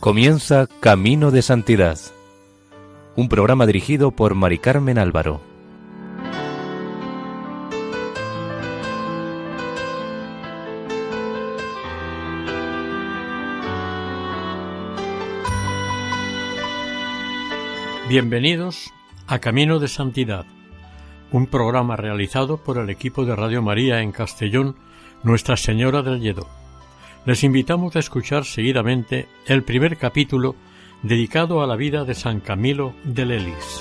Comienza Camino de Santidad, un programa dirigido por Mari Carmen Álvaro. Bienvenidos a Camino de Santidad, un programa realizado por el equipo de Radio María en Castellón, Nuestra Señora del Lledó. Les invitamos a escuchar seguidamente el primer capítulo dedicado a la vida de San Camilo de Lelis.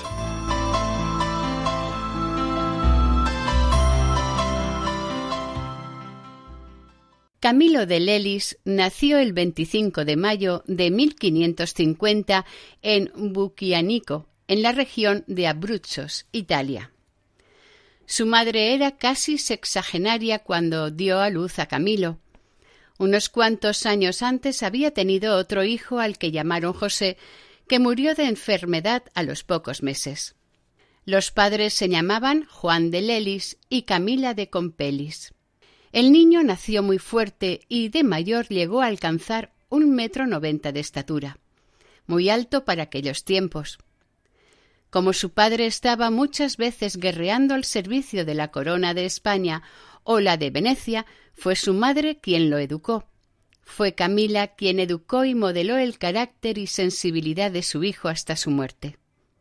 Camilo de Lelis nació el 25 de mayo de 1550 en Bucchianico, en la región de Abruzos, Italia. Su madre era casi sexagenaria cuando dio a luz a Camilo. Unos cuantos años antes había tenido otro hijo al que llamaron José, que murió de enfermedad a los pocos meses. Los padres se llamaban Juan de Lelis y Camila de Compelis. El niño nació muy fuerte y de mayor llegó a alcanzar 1,90 m de estatura, muy alto para aquellos tiempos. Como su padre estaba muchas veces guerreando al servicio de la corona de España o la de Venecia, fue su madre quien lo educó. Fue Camila quien educó y modeló el carácter y sensibilidad de su hijo hasta su muerte.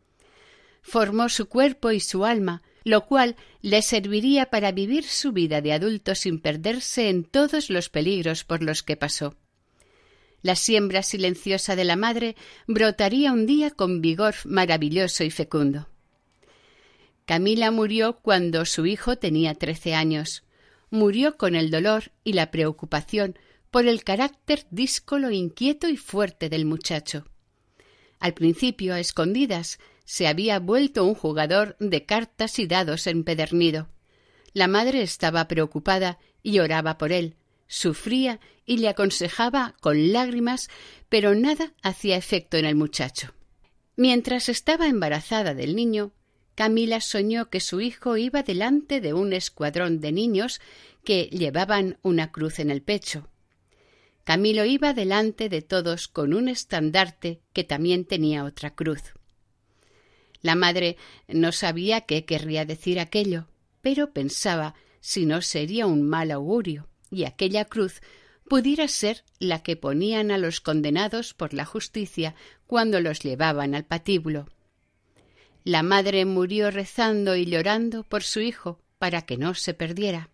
Formó su cuerpo y su alma, lo cual le serviría para vivir su vida de adulto sin perderse en todos los peligros por los que pasó. La siembra silenciosa de la madre brotaría un día con vigor maravilloso y fecundo. Camila murió cuando su hijo tenía 13 años. Murió con el dolor y la preocupación por el carácter díscolo, inquieto y fuerte del muchacho. Al principio, a escondidas, se había vuelto un jugador de cartas y dados empedernido. La madre estaba preocupada y oraba por él, sufría y le aconsejaba con lágrimas, pero nada hacía efecto en el muchacho. Mientras estaba embarazada del niño, Camila soñó que su hijo iba delante de un escuadrón de niños que llevaban una cruz en el pecho. Camilo iba delante de todos con un estandarte que también tenía otra cruz. La madre no sabía qué querría decir aquello, pero pensaba si no sería un mal augurio y aquella cruz pudiera ser la que ponían a los condenados por la justicia cuando los llevaban al patíbulo. La madre murió rezando y llorando por su hijo para que no se perdiera.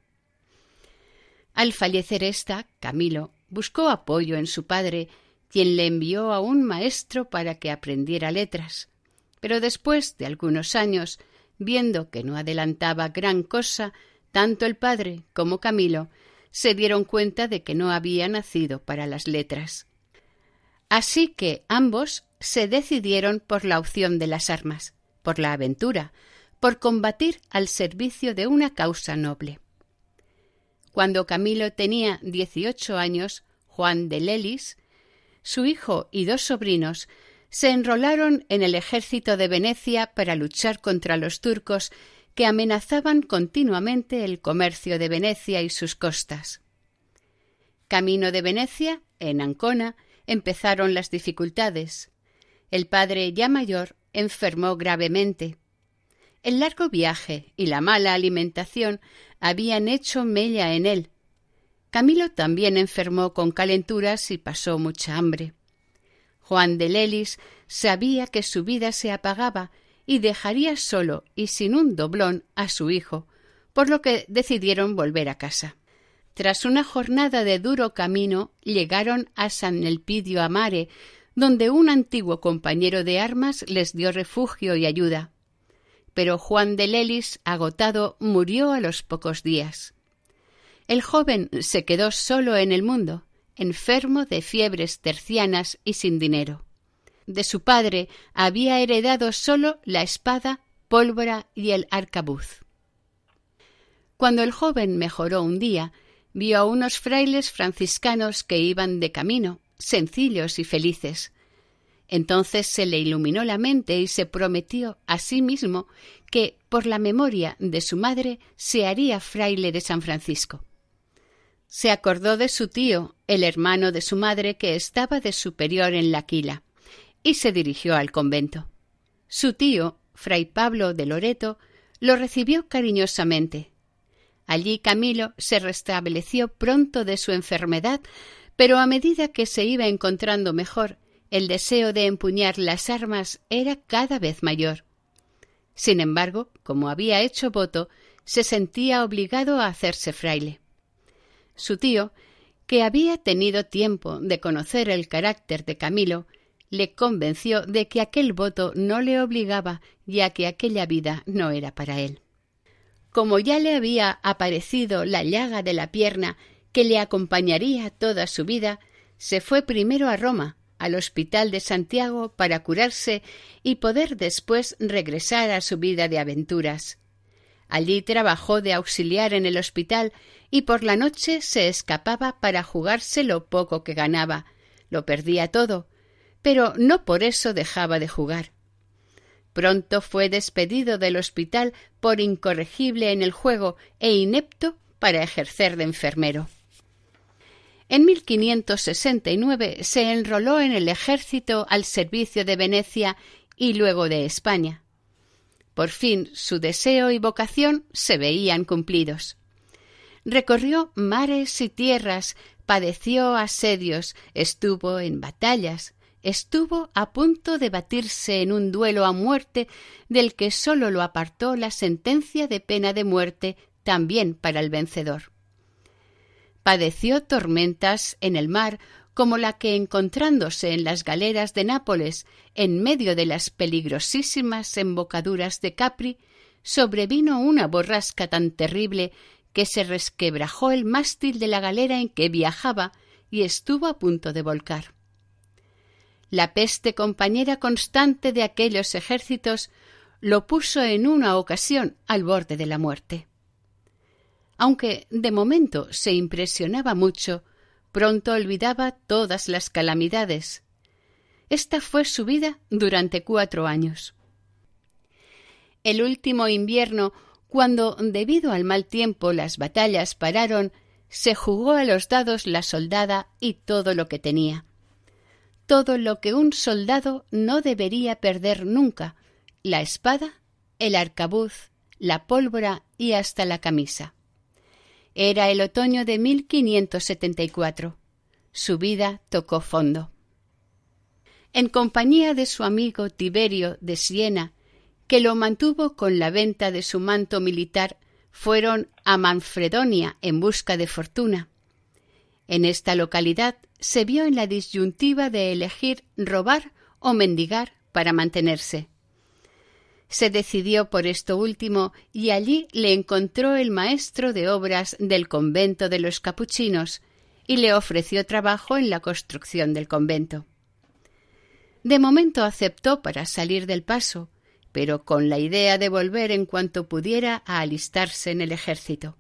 Al fallecer ésta, Camilo buscó apoyo en su padre, quien le envió a un maestro para que aprendiera letras. Pero después de algunos años, viendo que no adelantaba gran cosa, tanto el padre como Camilo se dieron cuenta de que no había nacido para las letras. Así que ambos se decidieron por la opción de las armas, por la aventura, por combatir al servicio de una causa noble. Cuando Camilo tenía 18 años, Juan de Lelis, su hijo y 2 sobrinos, se enrolaron en el ejército de Venecia para luchar contra los turcos que amenazaban continuamente el comercio de Venecia y sus costas. Camino de Venecia, en Ancona, empezaron las dificultades. El padre, ya mayor, enfermó gravemente. El largo viaje y la mala alimentación habían hecho mella en él. Camilo también enfermó con calenturas y pasó mucha hambre. Juan de Lelis sabía que su vida se apagaba y dejaría solo y sin un doblón a su hijo, por lo que decidieron volver a casa. Tras una jornada de duro camino, llegaron a San Elpidio a Mare, donde un antiguo compañero de armas les dio refugio y ayuda. Pero Juan de Lelis, agotado, murió a los pocos días. El joven se quedó solo en el mundo, enfermo de fiebres tercianas y sin dinero. De su padre había heredado solo la espada, pólvora y el arcabuz. Cuando el joven mejoró un día, vio a unos frailes franciscanos que iban de camino, sencillos y felices. Entonces se le iluminó la mente y se prometió a sí mismo que, por la memoria de su madre, se haría fraile de San Francisco. Se acordó de su tío, el hermano de su madre, que estaba de superior en L'Aquila, y se dirigió al convento. Su tío, fray Pablo de Loreto, lo recibió cariñosamente. Allí Camilo se restableció pronto de su enfermedad, pero a medida que se iba encontrando mejor, el deseo de empuñar las armas era cada vez mayor. Sin embargo, como había hecho voto, se sentía obligado a hacerse fraile. Su tío, que había tenido tiempo de conocer el carácter de Camilo, le convenció de que aquel voto no le obligaba, ya que aquella vida no era para él. Como ya le había aparecido la llaga de la pierna que le acompañaría toda su vida, se fue primero a Roma, al Hospital de Santiago, para curarse y poder después regresar a su vida de aventuras. Allí trabajó de auxiliar en el hospital y por la noche se escapaba para jugarse lo poco que ganaba. Lo perdía todo, pero no por eso dejaba de jugar. Pronto fue despedido del hospital por incorregible en el juego e inepto para ejercer de enfermero. En 1569 se enroló en el ejército al servicio de Venecia y luego de España. Por fin su deseo y vocación se veían cumplidos. Recorrió mares y tierras, padeció asedios, estuvo en batallas, estuvo a punto de batirse en un duelo a muerte del que sólo lo apartó la sentencia de pena de muerte también para el vencedor. Padeció tormentas en el mar como la que, encontrándose en las galeras de Nápoles, en medio de las peligrosísimas embocaduras de Capri, sobrevino una borrasca tan terrible que se resquebrajó el mástil de la galera en que viajaba y estuvo a punto de volcar. La peste, compañera constante de aquellos ejércitos, lo puso en una ocasión al borde de la muerte. Aunque de momento se impresionaba mucho, pronto olvidaba todas las calamidades. Esta fue su vida durante 4 años. El último invierno, cuando debido al mal tiempo las batallas pararon, se jugó a los dados la soldada y todo lo que tenía. Todo lo que un soldado no debería perder nunca: la espada, el arcabuz, la pólvora y hasta la camisa. Era el otoño de 1574. Su vida tocó fondo. En compañía de su amigo Tiberio de Siena, que lo mantuvo con la venta de su manto militar, fueron a Manfredonia en busca de fortuna. En esta localidad se vio en la disyuntiva de elegir robar o mendigar para mantenerse. Se decidió por esto último y allí le encontró el maestro de obras del convento de los capuchinos y le ofreció trabajo en la construcción del convento. De momento aceptó para salir del paso, pero con la idea de volver en cuanto pudiera a alistarse en el ejército.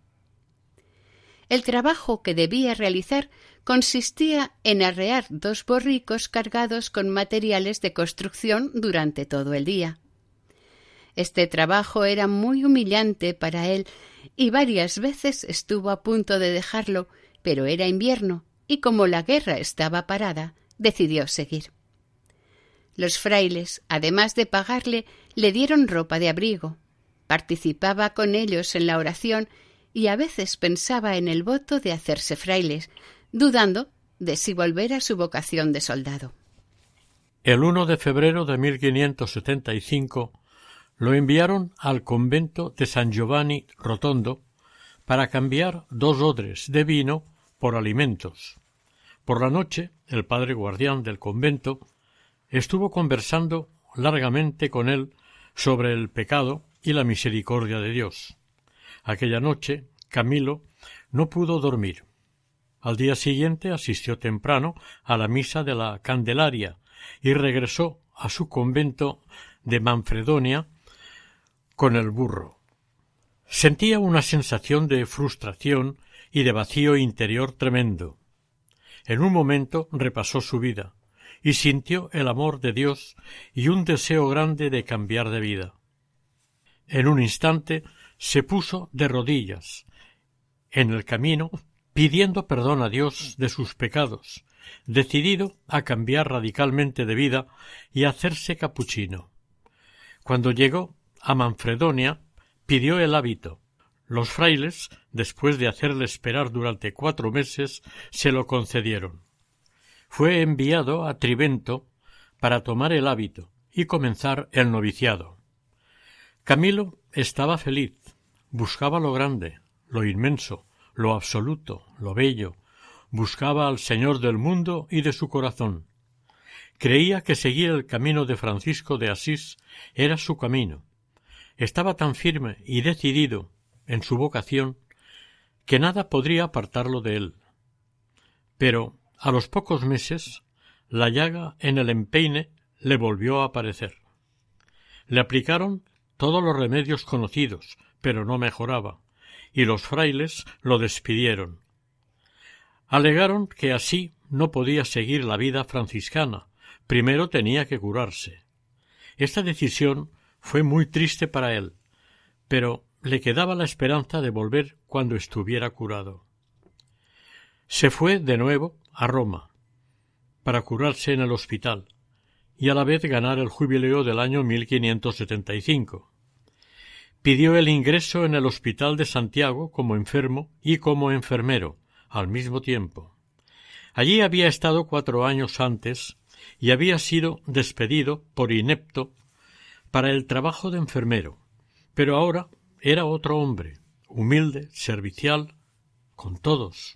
El trabajo que debía realizar consistía en arrear 2 borricos cargados con materiales de construcción durante todo el día. Este trabajo era muy humillante para él y varias veces estuvo a punto de dejarlo, pero era invierno y como la guerra estaba parada, decidió seguir. Los frailes, además de pagarle, le dieron ropa de abrigo. Participaba con ellos en la oración y a veces pensaba en el voto de hacerse frailes, dudando de si volver a su vocación de soldado. El 1 de febrero de 1575 lo enviaron al convento de San Giovanni Rotondo para cambiar 2 odres de vino por alimentos. Por la noche, el padre guardián del convento estuvo conversando largamente con él sobre el pecado y la misericordia de Dios. Aquella noche, Camilo no pudo dormir. Al día siguiente asistió temprano a la misa de la Candelaria y regresó a su convento de Manfredonia con el burro. Sentía una sensación de frustración y de vacío interior tremendo. En un momento repasó su vida y sintió el amor de Dios y un deseo grande de cambiar de vida. En un instante se puso de rodillas en el camino pidiendo perdón a Dios de sus pecados, decidido a cambiar radicalmente de vida y a hacerse capuchino. Cuando llegó a Manfredonia, pidió el hábito. Los frailes, después de hacerle esperar durante 4 meses, se lo concedieron. Fue enviado a Trivento para tomar el hábito y comenzar el noviciado. Camilo estaba feliz, buscaba lo grande, lo inmenso, lo absoluto, lo bello, buscaba al Señor del mundo y de su corazón. Creía que seguir el camino de Francisco de Asís era su camino. Estaba tan firme y decidido en su vocación que nada podría apartarlo de él. Pero a los pocos meses la llaga en el empeine le volvió a aparecer. Le aplicaron todos los remedios conocidos, pero no mejoraba, y los frailes lo despidieron. Alegaron que así no podía seguir la vida franciscana, primero tenía que curarse. Esta decisión fue muy triste para él, pero le quedaba la esperanza de volver cuando estuviera curado. Se fue de nuevo a Roma para curarse en el hospital y a la vez ganar el jubileo del año 1575. Pidió el ingreso en el Hospital de Santiago como enfermo y como enfermero, al mismo tiempo. Allí había estado 4 años antes y había sido despedido por inepto para el trabajo de enfermero, pero ahora era otro hombre, humilde, servicial, con todos.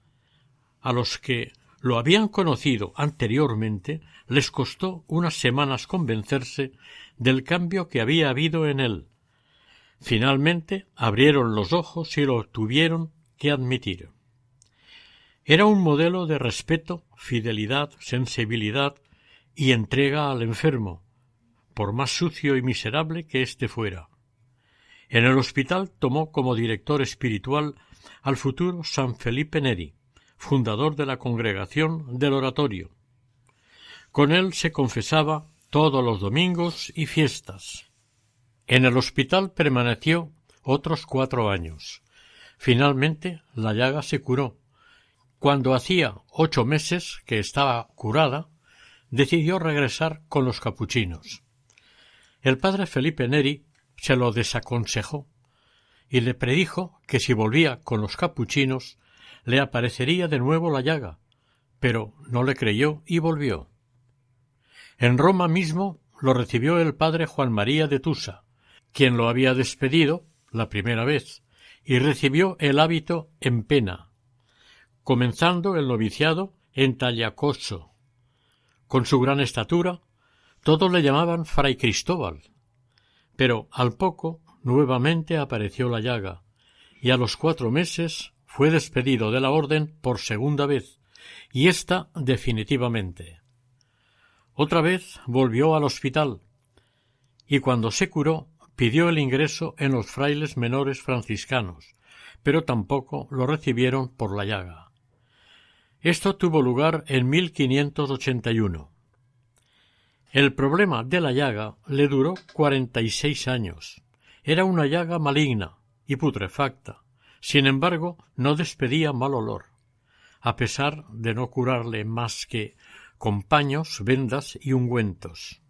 A los que lo habían conocido anteriormente les costó unas semanas convencerse del cambio que había habido en él. Finalmente abrieron los ojos y lo tuvieron que admitir. Era un modelo de respeto, fidelidad, sensibilidad y entrega al enfermo, por más sucio y miserable que éste fuera. En el hospital tomó como director espiritual al futuro San Felipe Neri, fundador de la Congregación del Oratorio. Con él se confesaba todos los domingos y fiestas. En el hospital permaneció otros 4 años. Finalmente la llaga se curó. Cuando hacía 8 meses que estaba curada, decidió regresar con los capuchinos. El padre Felipe Neri se lo desaconsejó y le predijo que si volvía con los capuchinos le aparecería de nuevo la llaga, pero no le creyó y volvió. En Roma mismo lo recibió el padre Juan María de Tusa, quien lo había despedido la primera vez, y recibió el hábito en Pena, comenzando el noviciado en Tagliacozzo. Con su gran estatura, todos le llamaban Fray Cristóbal, pero al poco nuevamente apareció la llaga, y a los 4 meses fue despedido de la orden por segunda vez, y ésta definitivamente. Otra vez volvió al hospital, y cuando se curó pidió el ingreso en los frailes menores franciscanos, pero tampoco lo recibieron por la llaga. Esto tuvo lugar en 1581. El problema de la llaga le duró 46 años. Era una llaga maligna y putrefacta. Sin embargo, no despedía mal olor, a pesar de no curarle más que con paños, vendas y ungüentos.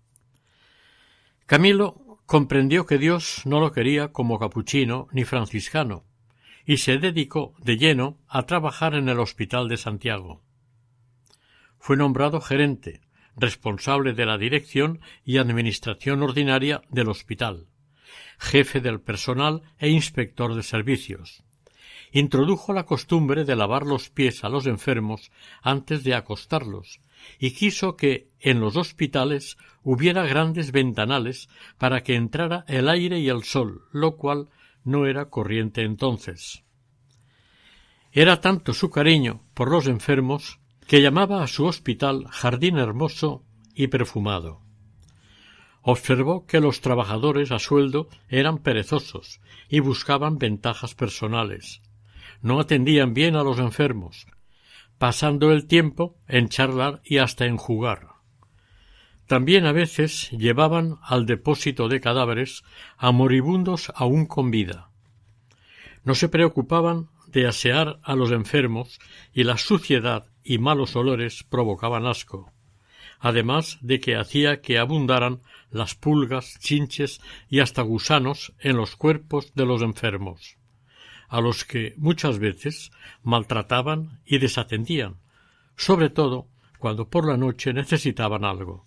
Camilo comprendió que Dios no lo quería como capuchino ni franciscano, y se dedicó de lleno a trabajar en el Hospital de Santiago. Fue nombrado gerente, responsable de la dirección y administración ordinaria del hospital, jefe del personal e inspector de servicios. Introdujo la costumbre de lavar los pies a los enfermos antes de acostarlos y quiso que en los hospitales hubiera grandes ventanales para que entrara el aire y el sol, lo cual no era corriente entonces. Era tanto su cariño por los enfermos que llamaba a su hospital jardín hermoso y perfumado. Observó que los trabajadores a sueldo eran perezosos y buscaban ventajas personales. No atendían bien a los enfermos, pasando el tiempo en charlar y hasta en jugar. También a veces llevaban al depósito de cadáveres a moribundos aún con vida. No se preocupaban de asear a los enfermos y la suciedad y malos olores provocaban asco, además de que hacía que abundaran las pulgas, chinches y hasta gusanos en los cuerpos de los enfermos, a los que muchas veces maltrataban y desatendían, sobre todo cuando por la noche necesitaban algo.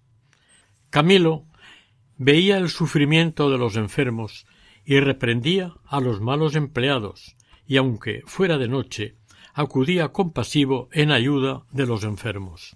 Camilo veía el sufrimiento de los enfermos y reprendía a los malos empleados, y aunque fuera de noche, acudía compasivo en ayuda de los enfermos.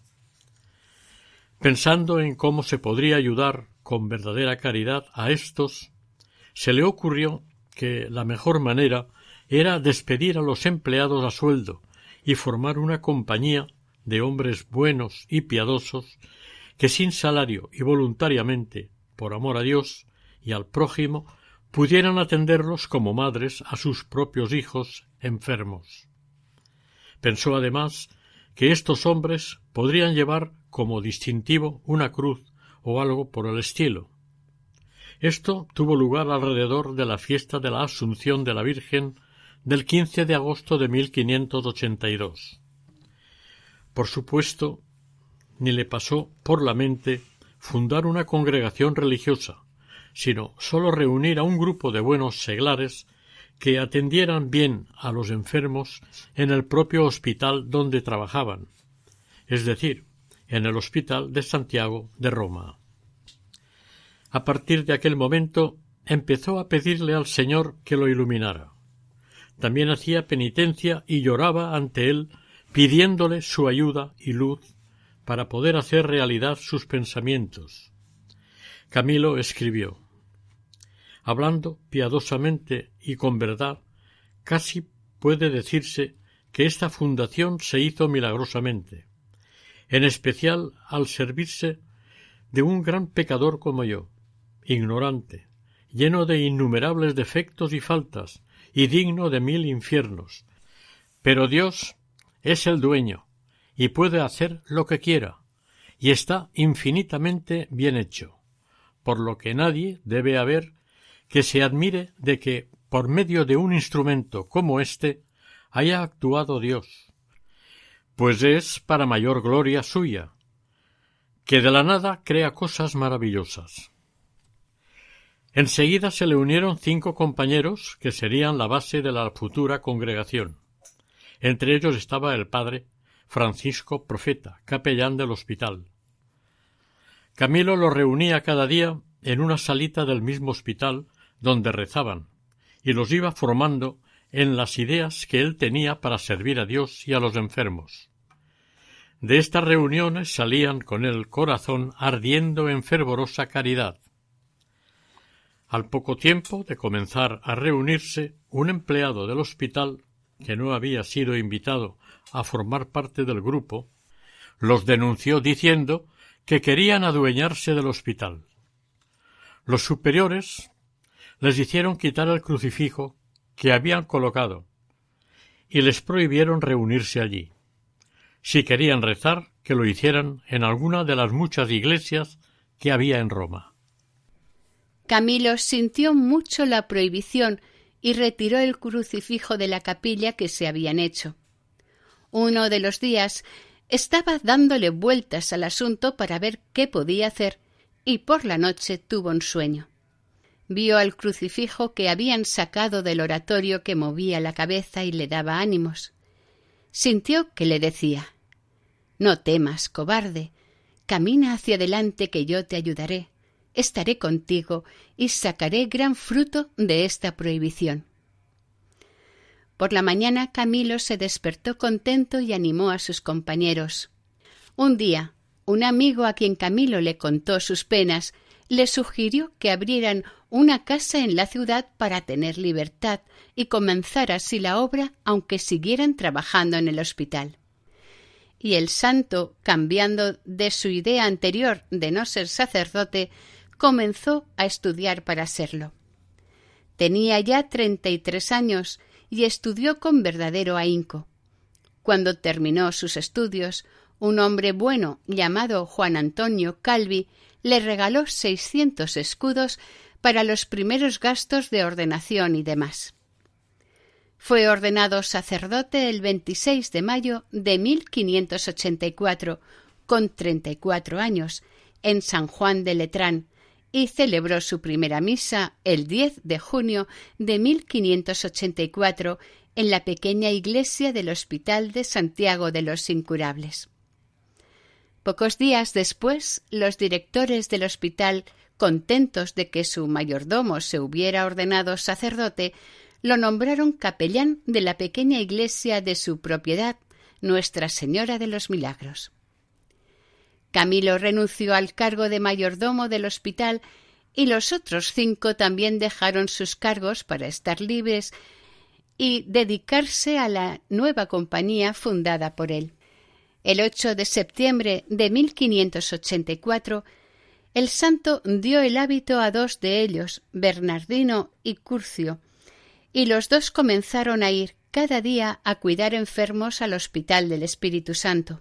Pensando en cómo se podría ayudar con verdadera caridad a éstos, se le ocurrió que la mejor manera era despedir a los empleados a sueldo y formar una compañía de hombres buenos y piadosos que sin salario y voluntariamente, por amor a Dios y al prójimo, pudieran atenderlos como madres a sus propios hijos enfermos. Pensó además que estos hombres podrían llevar como distintivo una cruz o algo por el estilo. Esto tuvo lugar alrededor de la fiesta de la Asunción de la Virgen del 15 de agosto de 1582. Por supuesto, ni le pasó por la mente fundar una congregación religiosa, sino sólo reunir a un grupo de buenos seglares que atendieran bien a los enfermos en el propio hospital donde trabajaban, es decir, en el Hospital de Santiago de Roma. A partir de aquel momento empezó a pedirle al Señor que lo iluminara. También hacía penitencia y lloraba ante él, pidiéndole su ayuda y luz para poder hacer realidad sus pensamientos. Camilo escribió: hablando piadosamente y con verdad, casi puede decirse que esta fundación se hizo milagrosamente, en especial al servirse de un gran pecador como yo, ignorante, lleno de innumerables defectos y faltas, y digno de 1000 infiernos. Pero Dios es el dueño, y puede hacer lo que quiera, y está infinitamente bien hecho, por lo que nadie debe haber que se admire de que, por medio de un instrumento como éste, haya actuado Dios, pues es para mayor gloria suya, que de la nada crea cosas maravillosas. Enseguida se le unieron 5 compañeros que serían la base de la futura congregación. Entre ellos estaba el padre Francisco Profeta, capellán del hospital. Camilo los reunía cada día en una salita del mismo hospital donde rezaban, y los iba formando en las ideas que él tenía para servir a Dios y a los enfermos. De estas reuniones salían con el corazón ardiendo en fervorosa caridad. Al poco tiempo de comenzar a reunirse, un empleado del hospital, que no había sido invitado a formar parte del grupo, los denunció diciendo que querían adueñarse del hospital. Los superiores les hicieron quitar el crucifijo que habían colocado y les prohibieron reunirse allí. Si querían rezar, que lo hicieran en alguna de las muchas iglesias que había en Roma. Camilo sintió mucho la prohibición y retiró el crucifijo de la capilla que se habían hecho. Uno de los días estaba dándole vueltas al asunto para ver qué podía hacer, y por la noche tuvo un sueño. Vio al crucifijo que habían sacado del oratorio que movía la cabeza y le daba ánimos. Sintió que le decía: «No temas, cobarde, camina hacia adelante que yo te ayudaré, estaré contigo y sacaré gran fruto de esta prohibición». Por la mañana Camilo se despertó contento y animó a sus compañeros. Un día, un amigo a quien Camilo le contó sus penas le sugirió que abrieran una casa en la ciudad para tener libertad y comenzar así la obra aunque siguieran trabajando en el hospital. Y el santo, cambiando de su idea anterior de no ser sacerdote, comenzó a estudiar para serlo. Tenía ya 33 años y estudió con verdadero ahínco. Cuando terminó sus estudios, un hombre bueno llamado Juan Antonio Calvi le regaló 600 escudos para los primeros gastos de ordenación y demás. Fue ordenado sacerdote el 26 de mayo de 1584, con 34 años, en San Juan de Letrán, y celebró su primera misa el 10 de junio de 1584 en la pequeña iglesia del Hospital de Santiago de los Incurables. Pocos días después, los directores del hospital, contentos de que su mayordomo se hubiera ordenado sacerdote, lo nombraron capellán de la pequeña iglesia de su propiedad, Nuestra Señora de los Milagros. Camilo renunció al cargo de mayordomo del hospital y los otros 5 también dejaron sus cargos para estar libres y dedicarse a la nueva compañía fundada por él. El 8 de septiembre de 1584, el santo dio el hábito a 2 de ellos, Bernardino y Curcio, y los 2 comenzaron a ir cada día a cuidar enfermos al Hospital del Espíritu Santo.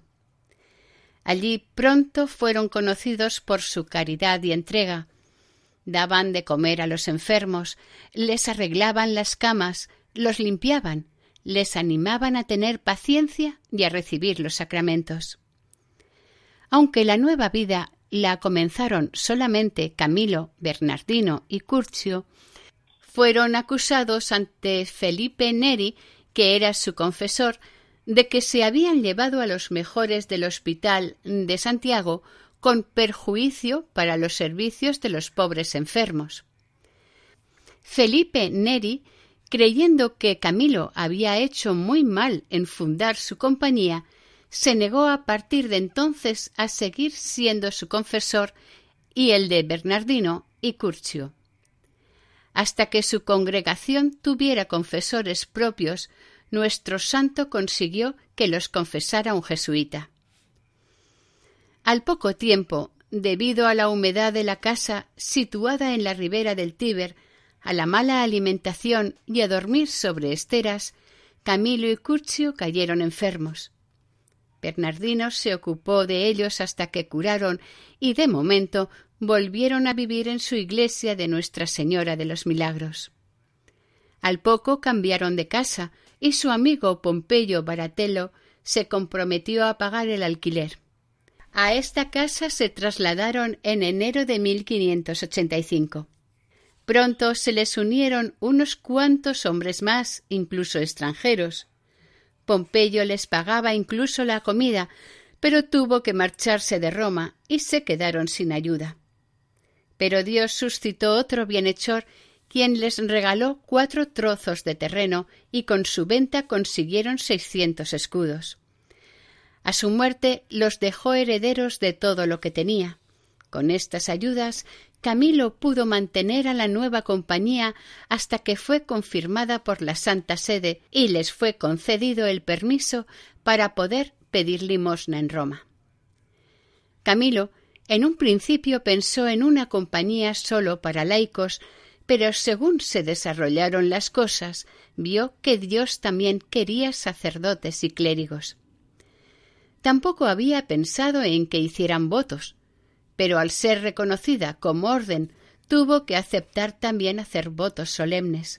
Allí pronto fueron conocidos por su caridad y entrega. Daban de comer a los enfermos, les arreglaban las camas, los limpiaban, les animaban a tener paciencia y a recibir los sacramentos. Aunque la nueva vida la comenzaron solamente Camilo, Bernardino y Curcio, fueron acusados ante Felipe Neri, que era su confesor, de que se habían llevado a los mejores del Hospital de Santiago con perjuicio para los servicios de los pobres enfermos. Felipe Neri, creyendo que Camilo había hecho muy mal en fundar su compañía, se negó a partir de entonces a seguir siendo su confesor y el de Bernardino y Curcio. Hasta que su congregación tuviera confesores propios, nuestro santo consiguió que los confesara un jesuita. Al poco tiempo, debido a la humedad de la casa situada en la ribera del Tíber, a la mala alimentación y a dormir sobre esteras, Camilo y Curcio cayeron enfermos. Bernardino se ocupó de ellos hasta que curaron y, de momento, volvieron a vivir en su iglesia de Nuestra Señora de los Milagros. Al poco cambiaron de casa y su amigo Pompeyo Baratello se comprometió a pagar el alquiler. A esta casa se trasladaron en enero de 1585. Pronto se les unieron unos cuantos hombres más, incluso extranjeros. Pompeyo les pagaba incluso la comida, pero tuvo que marcharse de Roma y se quedaron sin ayuda. Pero Dios suscitó otro bienhechor, quien les regaló 4 trozos de terreno y con su venta consiguieron 600 escudos. A su muerte los dejó herederos de todo lo que tenía. Con estas ayudas, Camilo pudo mantener a la nueva compañía hasta que fue confirmada por la Santa Sede y les fue concedido el permiso para poder pedir limosna en Roma. Camilo, en un principio pensó en una compañía solo para laicos, pero según se desarrollaron las cosas, vio que Dios también quería sacerdotes y clérigos. Tampoco había pensado en que hicieran votos, pero al ser reconocida como orden, tuvo que aceptar también hacer votos solemnes.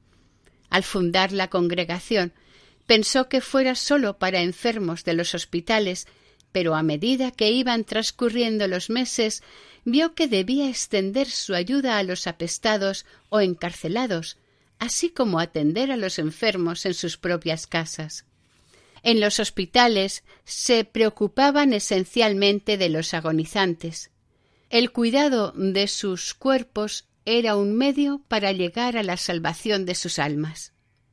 Al fundar la congregación, pensó que fuera solo para enfermos de los hospitales, pero a medida que iban transcurriendo los meses, vio que debía extender su ayuda a los apestados o encarcelados, así como atender a los enfermos en sus propias casas. En los hospitales se preocupaban esencialmente de los agonizantes. El cuidado de sus cuerpos era un medio para llegar a la salvación de sus almas.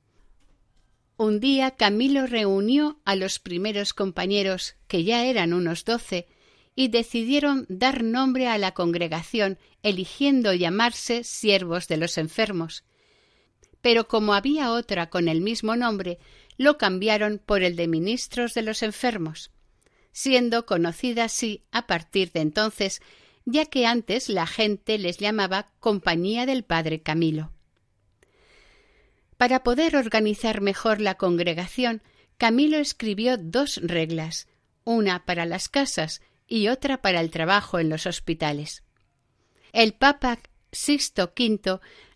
Un día Camilo reunió a los primeros compañeros, que ya eran unos 12, y decidieron dar nombre a la congregación, eligiendo llamarse Siervos de los Enfermos. Pero como había otra con el mismo nombre, lo cambiaron por el de Ministros de los Enfermos, siendo conocida así a partir de entonces, ya que antes la gente les llamaba Compañía del Padre Camilo. Para poder organizar mejor la congregación, Camilo escribió 2 reglas, una para las casas y otra para el trabajo en los hospitales. El Papa Sixto V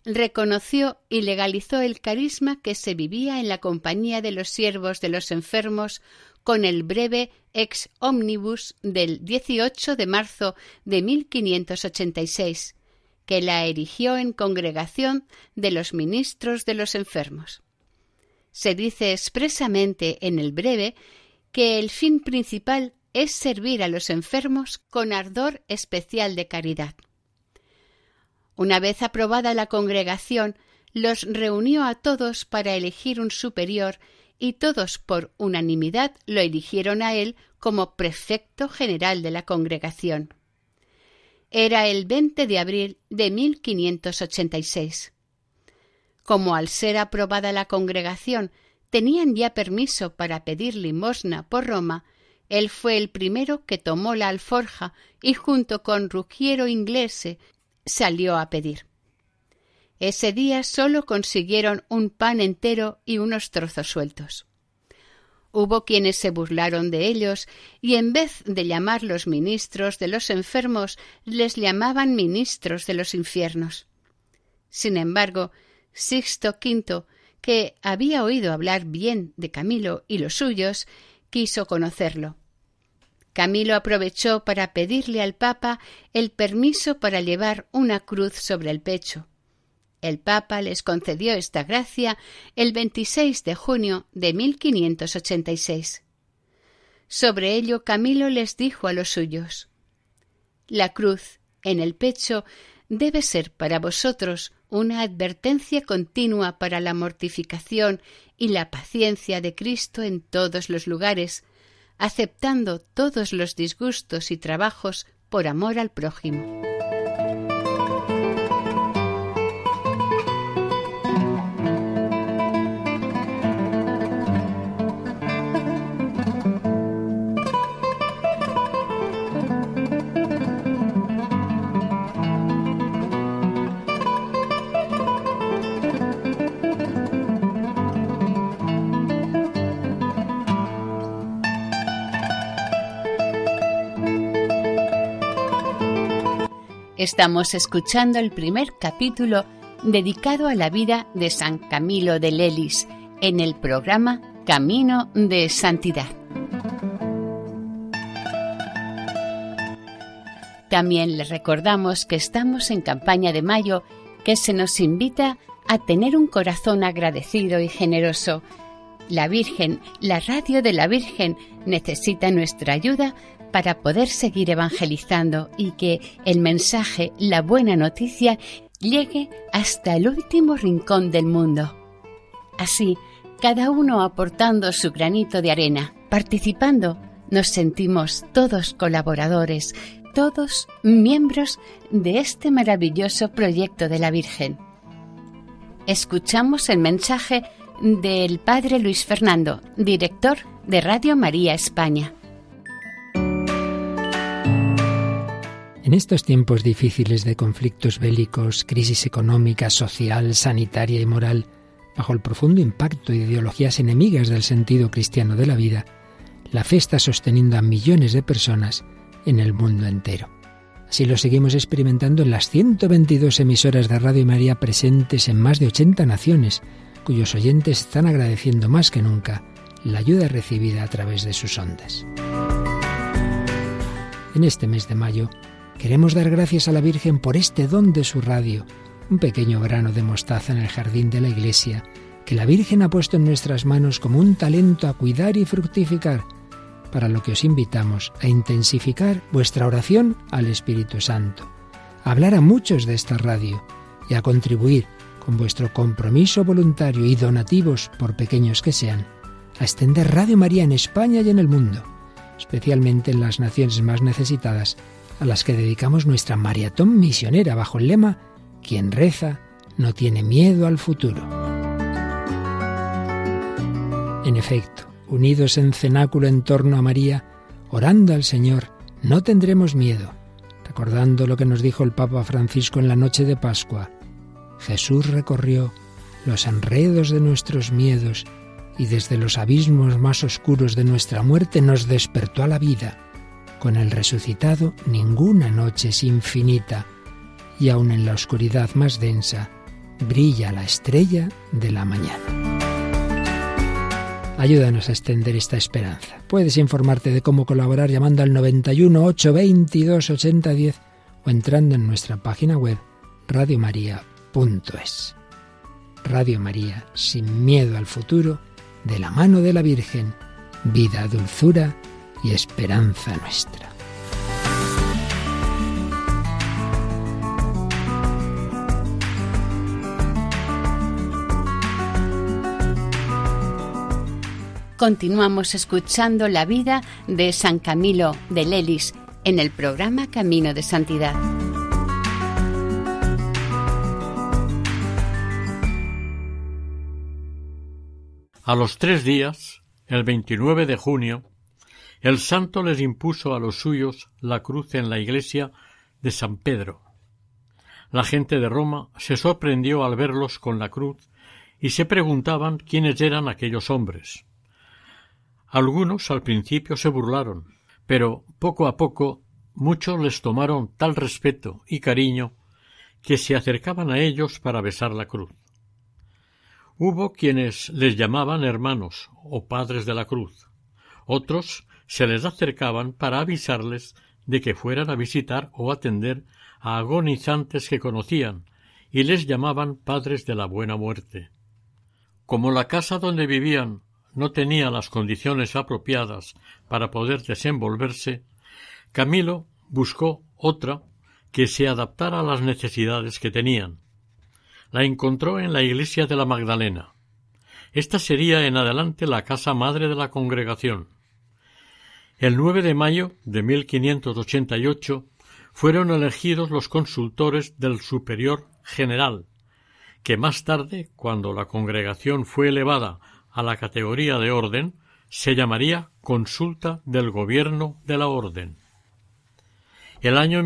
reconoció y legalizó el carisma que se vivía en la compañía de los siervos de los enfermos con el breve Ex Omnibus del 18 de marzo de 1586, que la erigió en congregación de los ministros de los enfermos. Se dice expresamente en el breve que el fin principal es servir a los enfermos con ardor especial de caridad. Una vez aprobada la congregación, los reunió a todos para elegir un superior y todos por unanimidad lo eligieron a él como prefecto general de la congregación. Era el 20 de abril de 1586. Como al ser aprobada la congregación tenían ya permiso para pedir limosna por Roma, él fue el primero que tomó la alforja y junto con Ruggiero Inglese salió a pedir. Ese día solo consiguieron un pan entero y unos trozos sueltos. Hubo quienes se burlaron de ellos y en vez de llamarlos ministros de los enfermos, les llamaban ministros de los infiernos. Sin embargo, Sixto V, que había oído hablar bien de Camilo y los suyos, quiso conocerlo. Camilo aprovechó para pedirle al Papa el permiso para llevar una cruz sobre el pecho. El Papa les concedió esta gracia el 26 de junio de 1586. Sobre ello Camilo les dijo a los suyos: «La cruz en el pecho debe ser para vosotros una advertencia continua para la mortificación y la paciencia de Cristo en todos los lugares, aceptando todos los disgustos y trabajos por amor al prójimo». Estamos escuchando el primer capítulo dedicado a la vida de San Camilo de Lelis en el programa Camino de Santidad. También les recordamos que estamos en campaña de mayo, que se nos invita a tener un corazón agradecido y generoso. La Virgen, la radio de la Virgen, necesita nuestra ayuda para poder seguir evangelizando y que el mensaje, la buena noticia, llegue hasta el último rincón del mundo. Así, cada uno aportando su granito de arena, participando, nos sentimos todos colaboradores, todos miembros de este maravilloso proyecto de la Virgen. Escuchamos el mensaje del Padre Luis Fernando, director de Radio María España. En estos tiempos difíciles de conflictos bélicos, crisis económica, social, sanitaria y moral, bajo el profundo impacto de ideologías enemigas del sentido cristiano de la vida, la fe está sosteniendo a millones de personas en el mundo entero. Así lo seguimos experimentando en las 122 emisoras de Radio María presentes en más de 80 naciones, cuyos oyentes están agradeciendo más que nunca la ayuda recibida a través de sus ondas. En este mes de mayo, queremos dar gracias a la Virgen por este don de su radio, un pequeño grano de mostaza en el jardín de la Iglesia, que la Virgen ha puesto en nuestras manos como un talento a cuidar y fructificar, para lo que os invitamos a intensificar vuestra oración al Espíritu Santo, a hablar a muchos de esta radio y a contribuir con vuestro compromiso voluntario y donativos, por pequeños que sean, a extender Radio María en España y en el mundo, especialmente en las naciones más necesitadas, a las que dedicamos nuestra maratón misionera bajo el lema «Quien reza no tiene miedo al futuro». En efecto, unidos en cenáculo en torno a María, orando al Señor, no tendremos miedo, recordando lo que nos dijo el Papa Francisco en la noche de Pascua. Jesús recorrió los enredos de nuestros miedos y desde los abismos más oscuros de nuestra muerte nos despertó a la vida. Con el resucitado ninguna noche es infinita, y aun en la oscuridad más densa, brilla la estrella de la mañana. Ayúdanos a extender esta esperanza. Puedes informarte de cómo colaborar llamando al 91 822 8010 o entrando en nuestra página web radiomaria.es. Radio María, sin miedo al futuro, de la mano de la Virgen, vida, dulzura y esperanza nuestra. Continuamos escuchando la vida de San Camilo de Lelis en el programa Camino de Santidad. A los 3 días, el 29 de junio, el santo les impuso a los suyos la cruz en la iglesia de San Pedro. La gente de Roma se sorprendió al verlos con la cruz y se preguntaban quiénes eran aquellos hombres. Algunos al principio se burlaron, pero poco a poco muchos les tomaron tal respeto y cariño que se acercaban a ellos para besar la cruz. Hubo quienes les llamaban hermanos o padres de la cruz. Otros se les acercaban para avisarles de que fueran a visitar o atender a agonizantes que conocían y les llamaban padres de la buena muerte. Como la casa donde vivían no tenía las condiciones apropiadas para poder desenvolverse, Camilo buscó otra que se adaptara a las necesidades que tenían. La encontró en la iglesia de la Magdalena. Esta sería en adelante la casa madre de la congregación. El 9 de mayo de 1588 fueron elegidos los consultores del superior general, que más tarde, cuando la congregación fue elevada a la categoría de orden, se llamaría consulta del gobierno de la orden. El año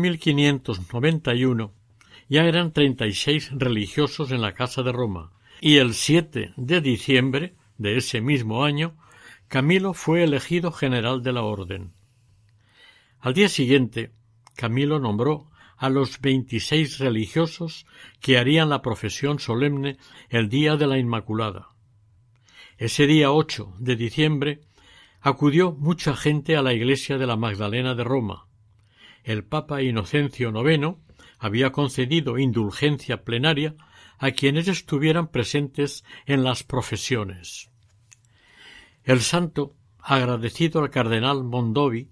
1591 ya eran 36 religiosos en la Casa de Roma, y el 7 de diciembre de ese mismo año Camilo fue elegido general de la orden. Al día siguiente, Camilo nombró a los 26 religiosos que harían la profesión solemne el día de la Inmaculada. Ese día 8 de diciembre acudió mucha gente a la iglesia de la Magdalena de Roma. El Papa Inocencio IX había concedido indulgencia plenaria a quienes estuvieran presentes en las profesiones. El santo, agradecido al cardenal Mondovì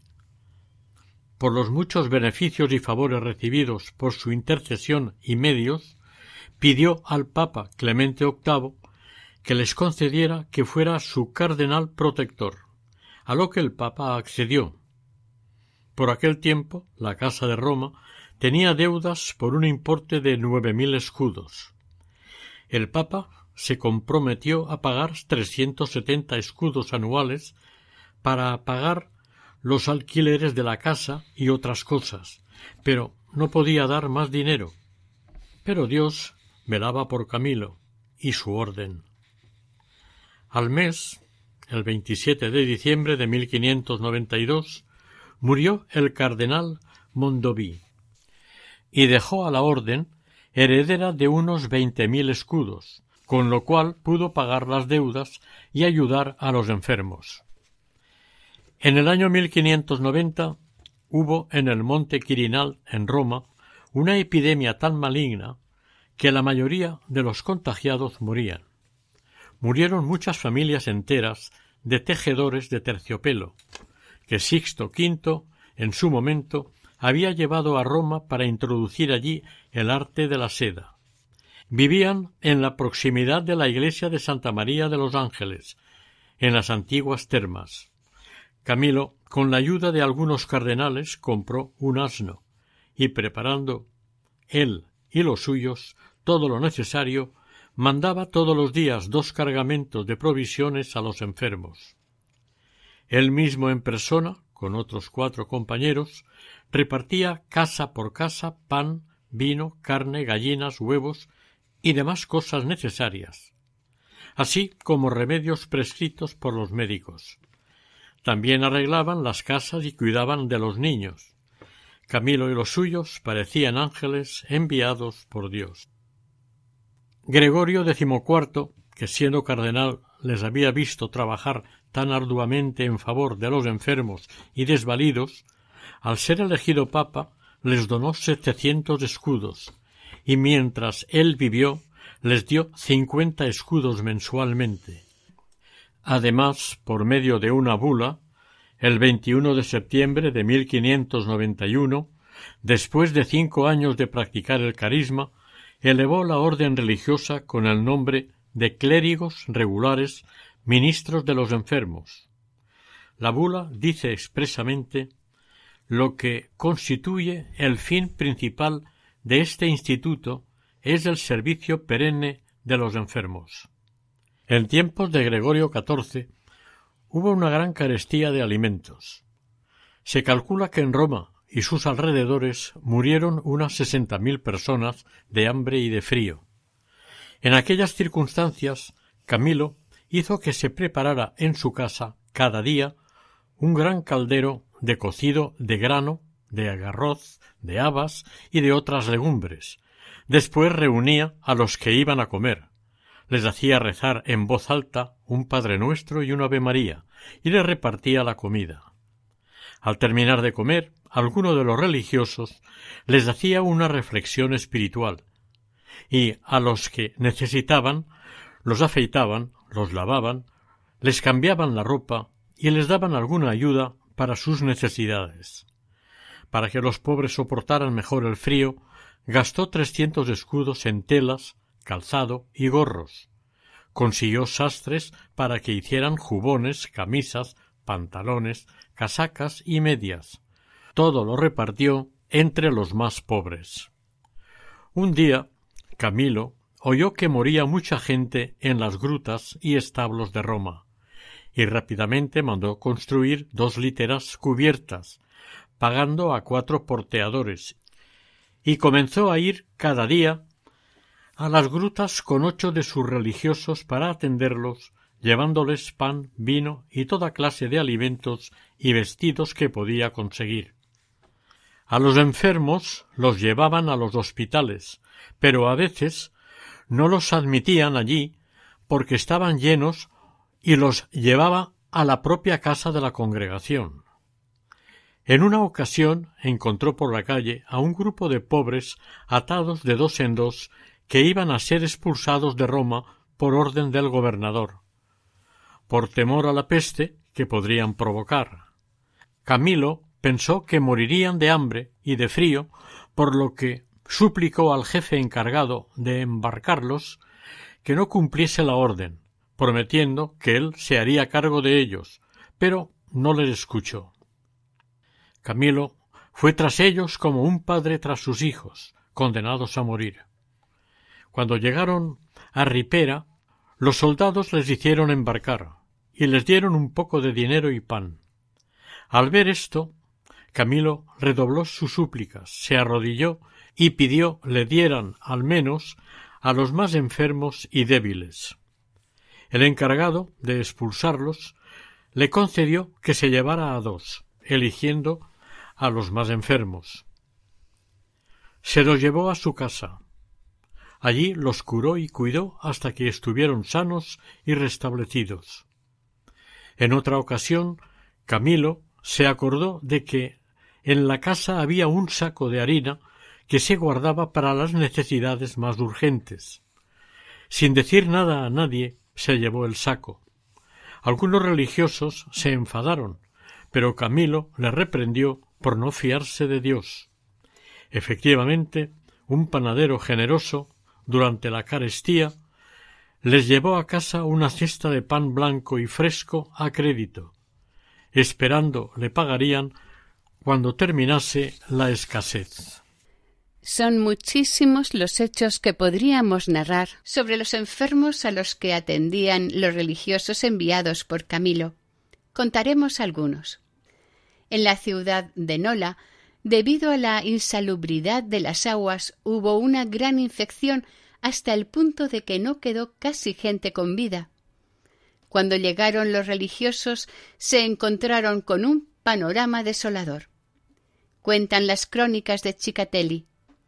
por los muchos beneficios y favores recibidos por su intercesión y medios, pidió al Papa Clemente VIII que les concediera que fuera su cardenal protector, a lo que el Papa accedió. Por aquel tiempo, la Casa de Roma tenía deudas por un importe de 9.000 escudos. El Papa se comprometió a pagar 370 escudos anuales para pagar los alquileres de la casa y otras cosas, pero no podía dar más dinero. Pero Dios velaba por Camilo y su orden. Al mes, el 27 de diciembre de 1592, murió el cardenal Mondovì y dejó a la orden heredera de unos 20.000 escudos, con lo cual pudo pagar las deudas y ayudar a los enfermos. En el año 1590 hubo en el monte Quirinal, en Roma, una epidemia tan maligna que la mayoría de los contagiados morían. Murieron muchas familias enteras de tejedores de terciopelo, que Sixto V, en su momento, había llevado a Roma para introducir allí el arte de la seda. Vivían en la proximidad de la iglesia de Santa María de los Ángeles, en las antiguas termas. Camilo, con la ayuda de algunos cardenales, compró un asno y, preparando él y los suyos todo lo necesario, mandaba todos los días 2 cargamentos de provisiones a los enfermos. Él mismo en persona, con otros 4 compañeros, repartía casa por casa pan, vino, carne, gallinas, huevos y demás cosas necesarias, así como remedios prescritos por los médicos. También arreglaban las casas y cuidaban de los niños. Camilo y los suyos parecían ángeles enviados por Dios. Gregorio XIV, que siendo cardenal les había visto trabajar tan arduamente en favor de los enfermos y desvalidos, al ser elegido papa les donó 700 escudos, y mientras él vivió les dio 50 escudos mensualmente. Además, por medio de una bula, el 21 de septiembre de 1591, después de 5 años de practicar el carisma, elevó la orden religiosa con el nombre de clérigos regulares, ministros de los enfermos. La bula dice expresamente lo que constituye el fin principal de este instituto es el servicio perenne de los enfermos. En tiempos de Gregorio XIV hubo una gran carestía de alimentos. Se calcula que en Roma y sus alrededores murieron unas 60.000 personas de hambre y de frío. En aquellas circunstancias, Camilo hizo que se preparara en su casa cada día un gran caldero de cocido de grano, de arroz, de habas y de otras legumbres. Después reunía a los que iban a comer. Les hacía rezar en voz alta un Padre Nuestro y un Ave María, y les repartía la comida. Al terminar de comer, alguno de los religiosos les hacía una reflexión espiritual, y a los que necesitaban los afeitaban, los lavaban, les cambiaban la ropa y les daban alguna ayuda para sus necesidades. Para que los pobres soportaran mejor el frío, gastó 300 escudos en telas, calzado y gorros. Consiguió sastres para que hicieran jubones, camisas, pantalones, casacas y medias. Todo lo repartió entre los más pobres. Un día, Camilo oyó que moría mucha gente en las grutas y establos de Roma, y rápidamente mandó construir 2 literas cubiertas, pagando a 4 porteadores, y comenzó a ir cada día a las grutas con 8 de sus religiosos para atenderlos, llevándoles pan, vino y toda clase de alimentos y vestidos que podía conseguir. A los enfermos los llevaban a los hospitales, pero a veces no los admitían allí porque estaban llenos y los llevaba a la propia casa de la congregación. En una ocasión encontró por la calle a un grupo de pobres atados de 2 en 2 que iban a ser expulsados de Roma por orden del gobernador, por temor a la peste que podrían provocar. Camilo pensó que morirían de hambre y de frío, por lo que suplicó al jefe encargado de embarcarlos que no cumpliese la orden, prometiendo que él se haría cargo de ellos, pero no les escuchó. Camilo fue tras ellos como un padre tras sus hijos, condenados a morir. Cuando llegaron a Ripera, los soldados les hicieron embarcar y les dieron un poco de dinero y pan. Al ver esto, Camilo redobló sus súplicas, se arrodilló y pidió le dieran, al menos, a los más enfermos y débiles. El encargado de expulsarlos le concedió que se llevara a 2, eligiendo a los más enfermos. Se los llevó a su casa. Allí los curó y cuidó hasta que estuvieron sanos y restablecidos. En otra ocasión, Camilo se acordó de que en la casa había un saco de harina que se guardaba para las necesidades más urgentes. Sin decir nada a nadie, se llevó el saco. Algunos religiosos se enfadaron, pero Camilo le reprendió por no fiarse de Dios. Efectivamente, un panadero generoso, durante la carestía, les llevó a casa una cesta de pan blanco y fresco a crédito, esperando le pagarían cuando terminase la escasez. Son muchísimos los hechos que podríamos narrar sobre los enfermos a los que atendían los religiosos enviados por Camilo. Contaremos algunos. En la ciudad de Nola, debido a la insalubridad de las aguas, hubo una gran infección hasta el punto de que no quedó casi gente con vida. Cuando llegaron los religiosos, se encontraron con un panorama desolador. Cuentan las crónicas de Cicatelli.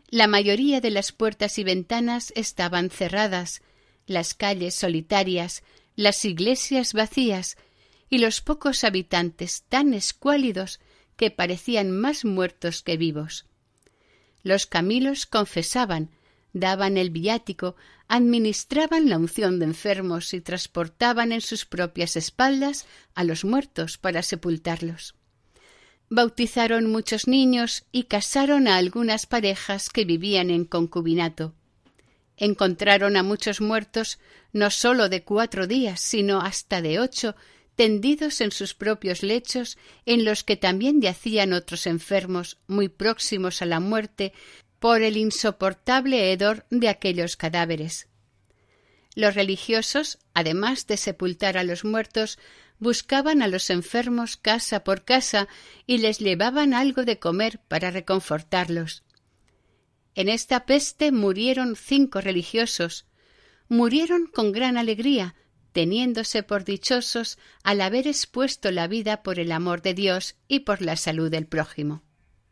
La mayoría de las puertas y ventanas estaban cerradas, las calles solitarias, las iglesias vacías y los pocos habitantes tan escuálidos que parecían más muertos que vivos. Los Camilos confesaban, daban el viático, administraban la unción de enfermos y transportaban en sus propias espaldas a los muertos para sepultarlos. Bautizaron muchos niños y casaron a algunas parejas que vivían en concubinato. Encontraron a muchos muertos, no sólo de 4 días, sino hasta de 8, tendidos en sus propios lechos, en los que también yacían otros enfermos, muy próximos a la muerte, por el insoportable hedor de aquellos cadáveres. Los religiosos, además de sepultar a los muertos, buscaban a los enfermos casa por casa y les llevaban algo de comer para reconfortarlos. En esta peste murieron 5 religiosos. Murieron con gran alegría, teniéndose por dichosos al haber expuesto la vida por el amor de Dios y por la salud del prójimo.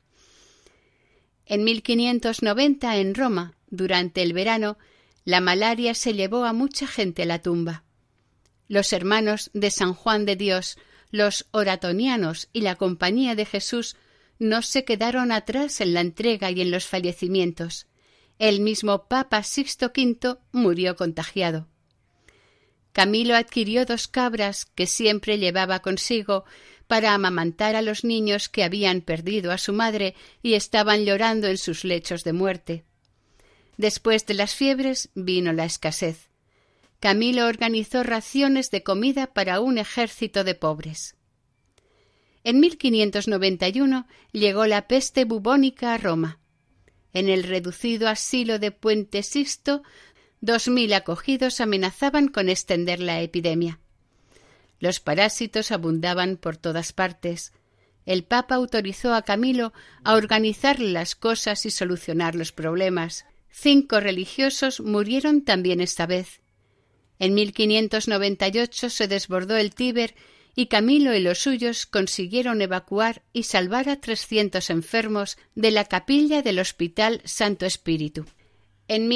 En 1590, en Roma, durante el verano, la malaria se llevó a mucha gente a la tumba. Los hermanos de San Juan de Dios, los oratonianos y la Compañía de Jesús no se quedaron atrás en la entrega y en los fallecimientos. El mismo Papa Sixto V murió contagiado. Camilo adquirió 2 cabras que siempre llevaba consigo para amamantar a los niños que habían perdido a su madre y estaban llorando en sus lechos de muerte. Después de las fiebres vino la escasez. Camilo organizó raciones de comida para un ejército de pobres. En 1591 llegó la peste bubónica a Roma. En el reducido asilo de Puente Sisto, 2000 acogidos amenazaban con extender la epidemia. Los parásitos abundaban por todas partes. El Papa autorizó a Camilo a organizar las cosas y solucionar los problemas. 5 religiosos murieron también esta vez. En 1598 se desbordó el Tíber y Camilo y los suyos consiguieron evacuar y salvar a 300 enfermos de la capilla del Hospital Santo Espíritu. En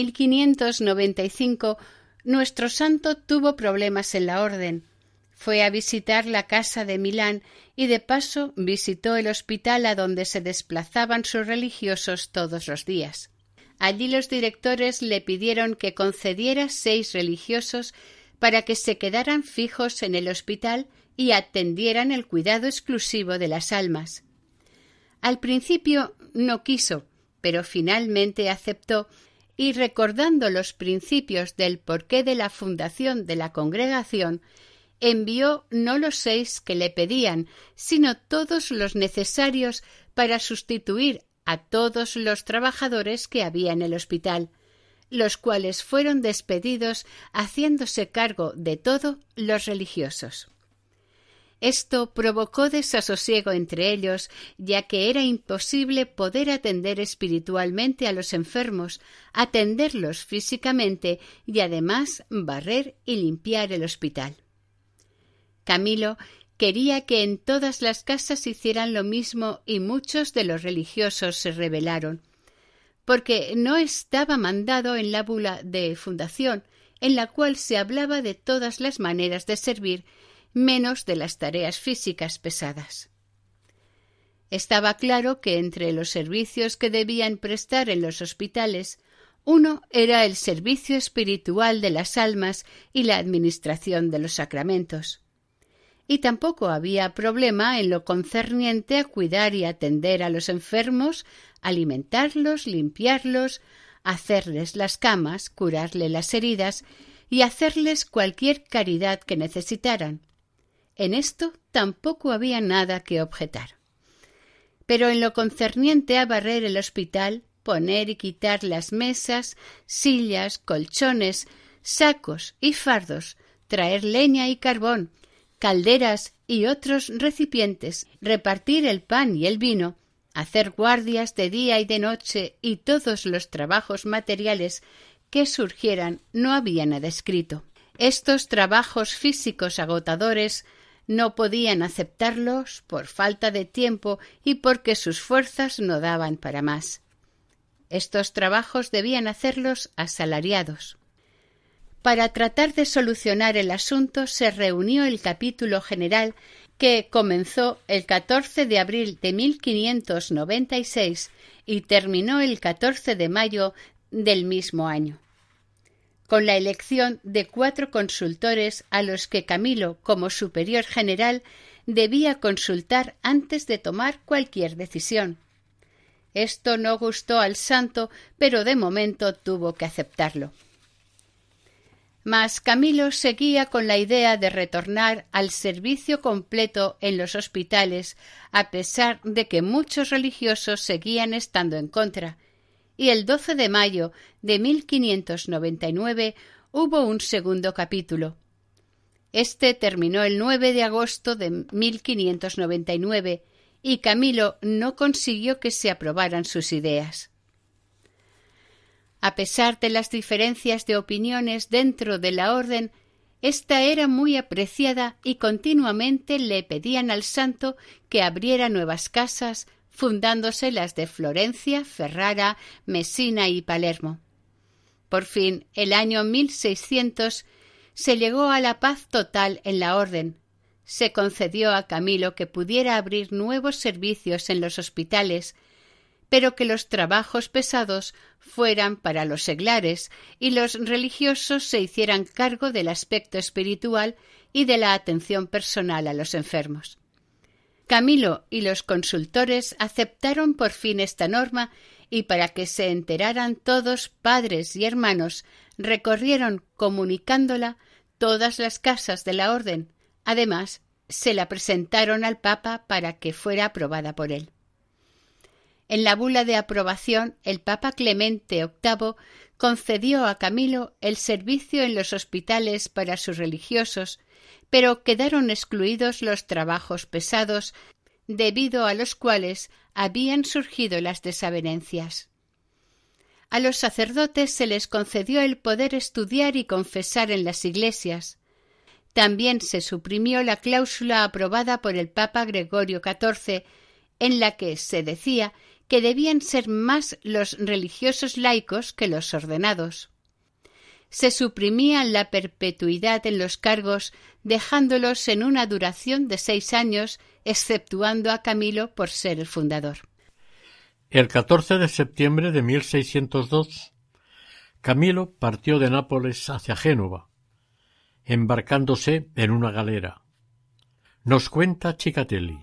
1595 nuestro santo tuvo problemas en la orden. Fue a visitar la casa de Milán y de paso visitó el hospital a donde se desplazaban sus religiosos todos los días. Allí los directores le pidieron que concediera 6 religiosos para que se quedaran fijos en el hospital y atendieran el cuidado exclusivo de las almas. Al principio no quiso, pero finalmente aceptó y, recordando los principios del porqué de la fundación de la congregación, envió no los 6 que le pedían, sino todos los necesarios para sustituir a todos los trabajadores que había en el hospital, los cuales fueron despedidos haciéndose cargo de todo los religiosos. Esto provocó desasosiego entre ellos, ya que era imposible poder atender espiritualmente a los enfermos, atenderlos físicamente y además barrer y limpiar el hospital. Camilo quería que en todas las casas hicieran lo mismo y muchos de los religiosos se rebelaron, porque no estaba mandado en la bula de fundación, en la cual se hablaba de todas las maneras de servir, menos de las tareas físicas pesadas. Estaba claro que entre los servicios que debían prestar en los hospitales, uno era el servicio espiritual de las almas y la administración de los sacramentos. Y tampoco había problema en lo concerniente a cuidar y atender a los enfermos, alimentarlos, limpiarlos, hacerles las camas, curarles las heridas y hacerles cualquier caridad que necesitaran. En esto tampoco había nada que objetar. Pero en lo concerniente a barrer el hospital, poner y quitar las mesas, sillas, colchones, sacos y fardos, traer leña y carbón, calderas y otros recipientes, repartir el pan y el vino, hacer guardias de día y de noche y todos los trabajos materiales que surgieran, no había nada escrito. Estos trabajos físicos agotadores no podían aceptarlos por falta de tiempo y porque sus fuerzas no daban para más. Estos trabajos debían hacerlos asalariados. Para tratar de solucionar el asunto se reunió el capítulo general, que comenzó el 14 de abril de 1596 y terminó el 14 de mayo del mismo año, con la elección de 4 consultores a los que Camilo, como superior general, debía consultar antes de tomar cualquier decisión. Esto no gustó al santo, pero de momento tuvo que aceptarlo. Mas Camilo seguía con la idea de retornar al servicio completo en los hospitales, a pesar de que muchos religiosos seguían estando en contra, y el 12 de mayo de 1599 hubo un segundo capítulo. Este terminó el 9 de agosto de 1599 y Camilo no consiguió que se aprobaran sus ideas. A pesar de las diferencias de opiniones dentro de la orden, ésta era muy apreciada y continuamente le pedían al santo que abriera nuevas casas, fundándose las de Florencia, Ferrara, Mesina y Palermo. Por fin, el año 1600, se llegó a la paz total en la orden. Se concedió a Camilo que pudiera abrir nuevos servicios en los hospitales, pero que los trabajos pesados fueran para los seglares y los religiosos se hicieran cargo del aspecto espiritual y de la atención personal a los enfermos. Camilo y los consultores aceptaron por fin esta norma y para que se enteraran todos, padres y hermanos, recorrieron comunicándola todas las casas de la orden. Además, se la presentaron al Papa para que fuera aprobada por él. En la bula de aprobación, el Papa Clemente VIII concedió a Camilo el servicio en los hospitales para sus religiosos, pero quedaron excluidos los trabajos pesados, debido a los cuales habían surgido las desavenencias. A los sacerdotes se les concedió el poder estudiar y confesar en las iglesias. También se suprimió la cláusula aprobada por el Papa Gregorio XIV, en la que se decía que debían ser más los religiosos laicos que los ordenados. Se suprimía la perpetuidad en los cargos, dejándolos en una duración de 6 años, exceptuando a Camilo por ser el fundador. El 14 de septiembre de 1602, Camilo partió de Nápoles hacia Génova, embarcándose en una galera. Nos cuenta Cicatelli.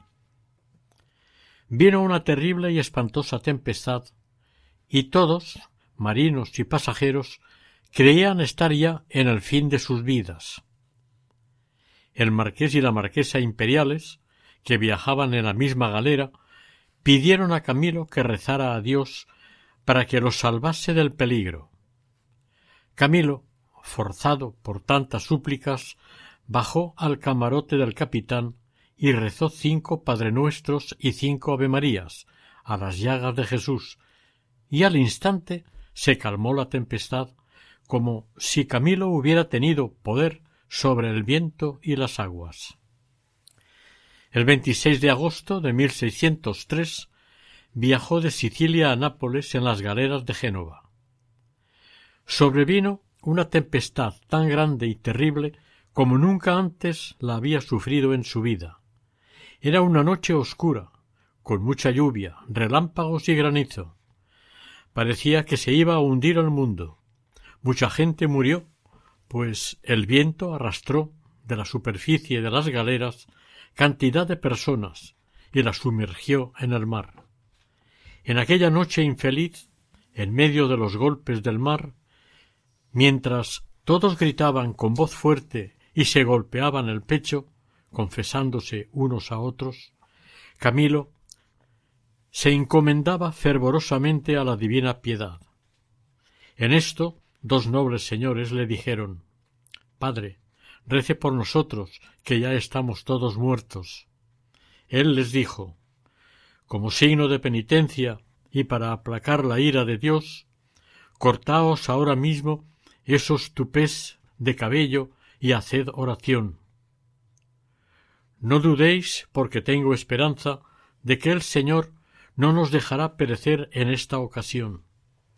Vino una terrible y espantosa tempestad, y todos, marinos y pasajeros, creían estar ya en el fin de sus vidas. El marqués y la marquesa imperiales, que viajaban en la misma galera, pidieron a Camilo que rezara a Dios para que los salvase del peligro. Camilo, forzado por tantas súplicas, bajó al camarote del capitán y rezó 5 Padrenuestros y 5 Avemarías a las llagas de Jesús, y al instante se calmó la tempestad, como si Camilo hubiera tenido poder sobre el viento y las aguas. El 26 de agosto de 1603 viajó de Sicilia a Nápoles en las galeras de Génova. Sobrevino una tempestad tan grande y terrible como nunca antes la había sufrido en su vida. Era una noche oscura, con mucha lluvia, relámpagos y granizo. Parecía que se iba a hundir el mundo. Mucha gente murió, pues el viento arrastró de la superficie de las galeras cantidad de personas y las sumergió en el mar. En aquella noche infeliz, en medio de los golpes del mar, mientras todos gritaban con voz fuerte y se golpeaban el pecho, confesándose unos a otros, Camilo se encomendaba fervorosamente a la divina piedad. En esto 2 nobles señores le dijeron: «Padre, rece por nosotros, que ya estamos todos muertos». Él les dijo: «Como signo de penitencia y para aplacar la ira de Dios, cortaos ahora mismo esos tupés de cabello y haced oración. No dudéis, porque tengo esperanza de que el Señor no nos dejará perecer en esta ocasión».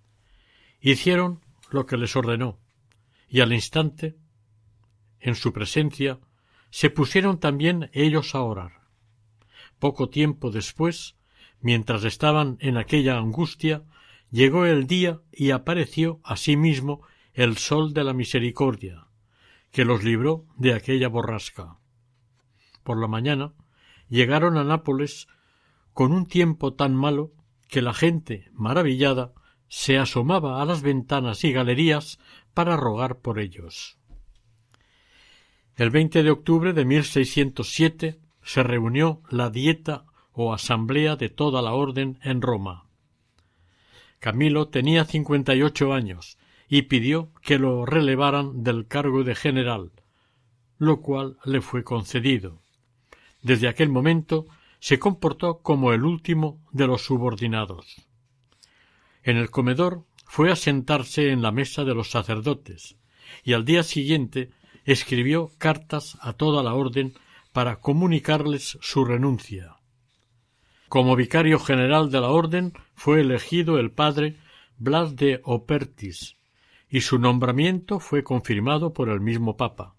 Hicieron lo que les ordenó, y al instante, en su presencia, se pusieron también ellos a orar. Poco tiempo después, mientras estaban en aquella angustia, llegó el día y apareció asimismo el sol de la misericordia, que los libró de aquella borrasca. Por la mañana llegaron a Nápoles con un tiempo tan malo que la gente, maravillada, se asomaba a las ventanas y galerías para rogar por ellos. El 20 de octubre de 1607 se reunió la dieta o asamblea de toda la orden en Roma. Camilo tenía 58 años y pidió que lo relevaran del cargo de general, lo cual le fue concedido. Desde aquel momento se comportó como el último de los subordinados. En el comedor fue a sentarse en la mesa de los sacerdotes y al día siguiente escribió cartas a toda la orden para comunicarles su renuncia. Como vicario general de la orden fue elegido el padre Blas de Opertis, y su nombramiento fue confirmado por el mismo Papa.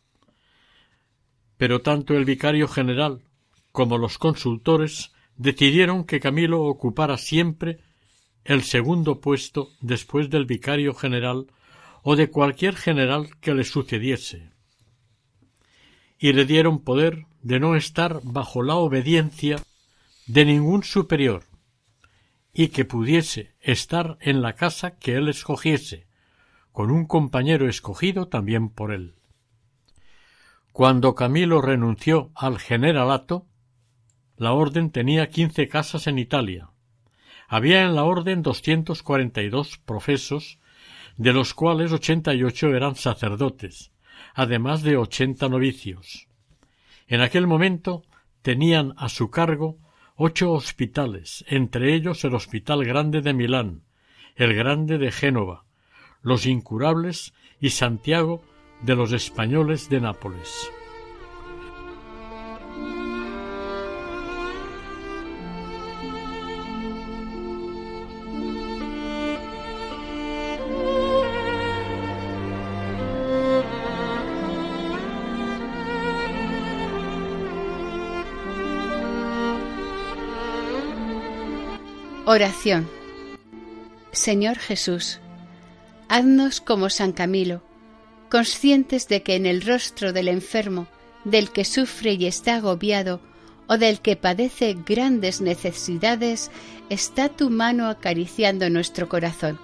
Pero tanto el vicario general como los consultores decidieron que Camilo ocupara siempre el segundo puesto después del vicario general o de cualquier general que le sucediese, y le dieron poder de no estar bajo la obediencia de ningún superior, y que pudiese estar en la casa que él escogiese, con un compañero escogido también por él. Cuando Camilo renunció al generalato, la orden tenía 15 casas en Italia. Había en la orden 242 profesos, de los cuales 88 eran sacerdotes, además de 80 novicios. En aquel momento tenían a su cargo 8 hospitales, entre ellos el Hospital Grande de Milán, el Grande de Génova, los Incurables y Santiago de los Españoles de Nápoles. Oración. Señor Jesús, haznos como San Camilo, conscientes de que en el rostro del enfermo, del que sufre y está agobiado, o del que padece grandes necesidades, está tu mano acariciando nuestro corazón.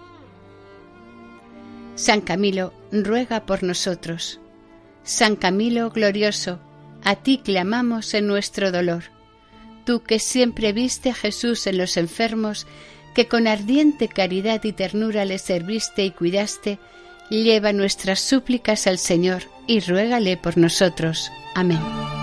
San Camilo, ruega por nosotros. San Camilo glorioso, a ti clamamos en nuestro dolor. Tú que siempre viste a Jesús en los enfermos, que con ardiente caridad y ternura le serviste y cuidaste, lleva nuestras súplicas al Señor y ruégale por nosotros. Amén.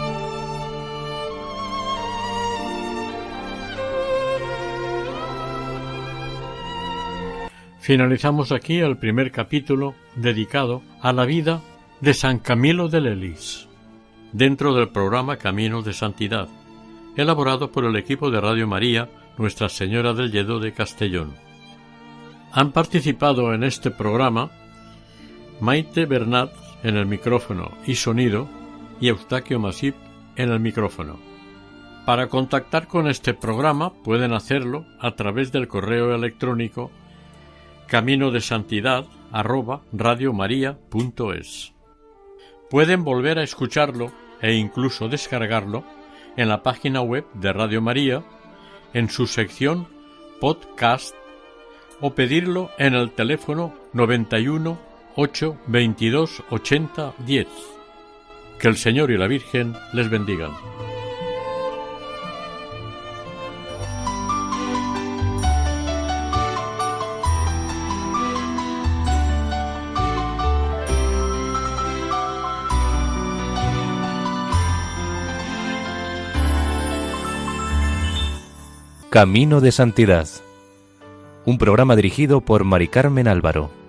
Finalizamos aquí el primer capítulo dedicado a la vida de San Camilo de Lelis, dentro del programa Caminos de Santidad, elaborado por el equipo de Radio María Nuestra Señora del Lledó de Castellón. Han participado en este programa Maite Bernat en el micrófono y sonido y Eustaquio Masip en el micrófono. Para contactar con este programa pueden hacerlo a través del correo electrónico caminodesantidad@radiomaria.es. Pueden volver a escucharlo e incluso descargarlo en la página web de Radio María, en su sección Podcast, o pedirlo en el teléfono 91 822 80 10. Que el Señor y la Virgen les bendigan. Camino de Santidad, un programa dirigido por Mari Carmen Álvaro.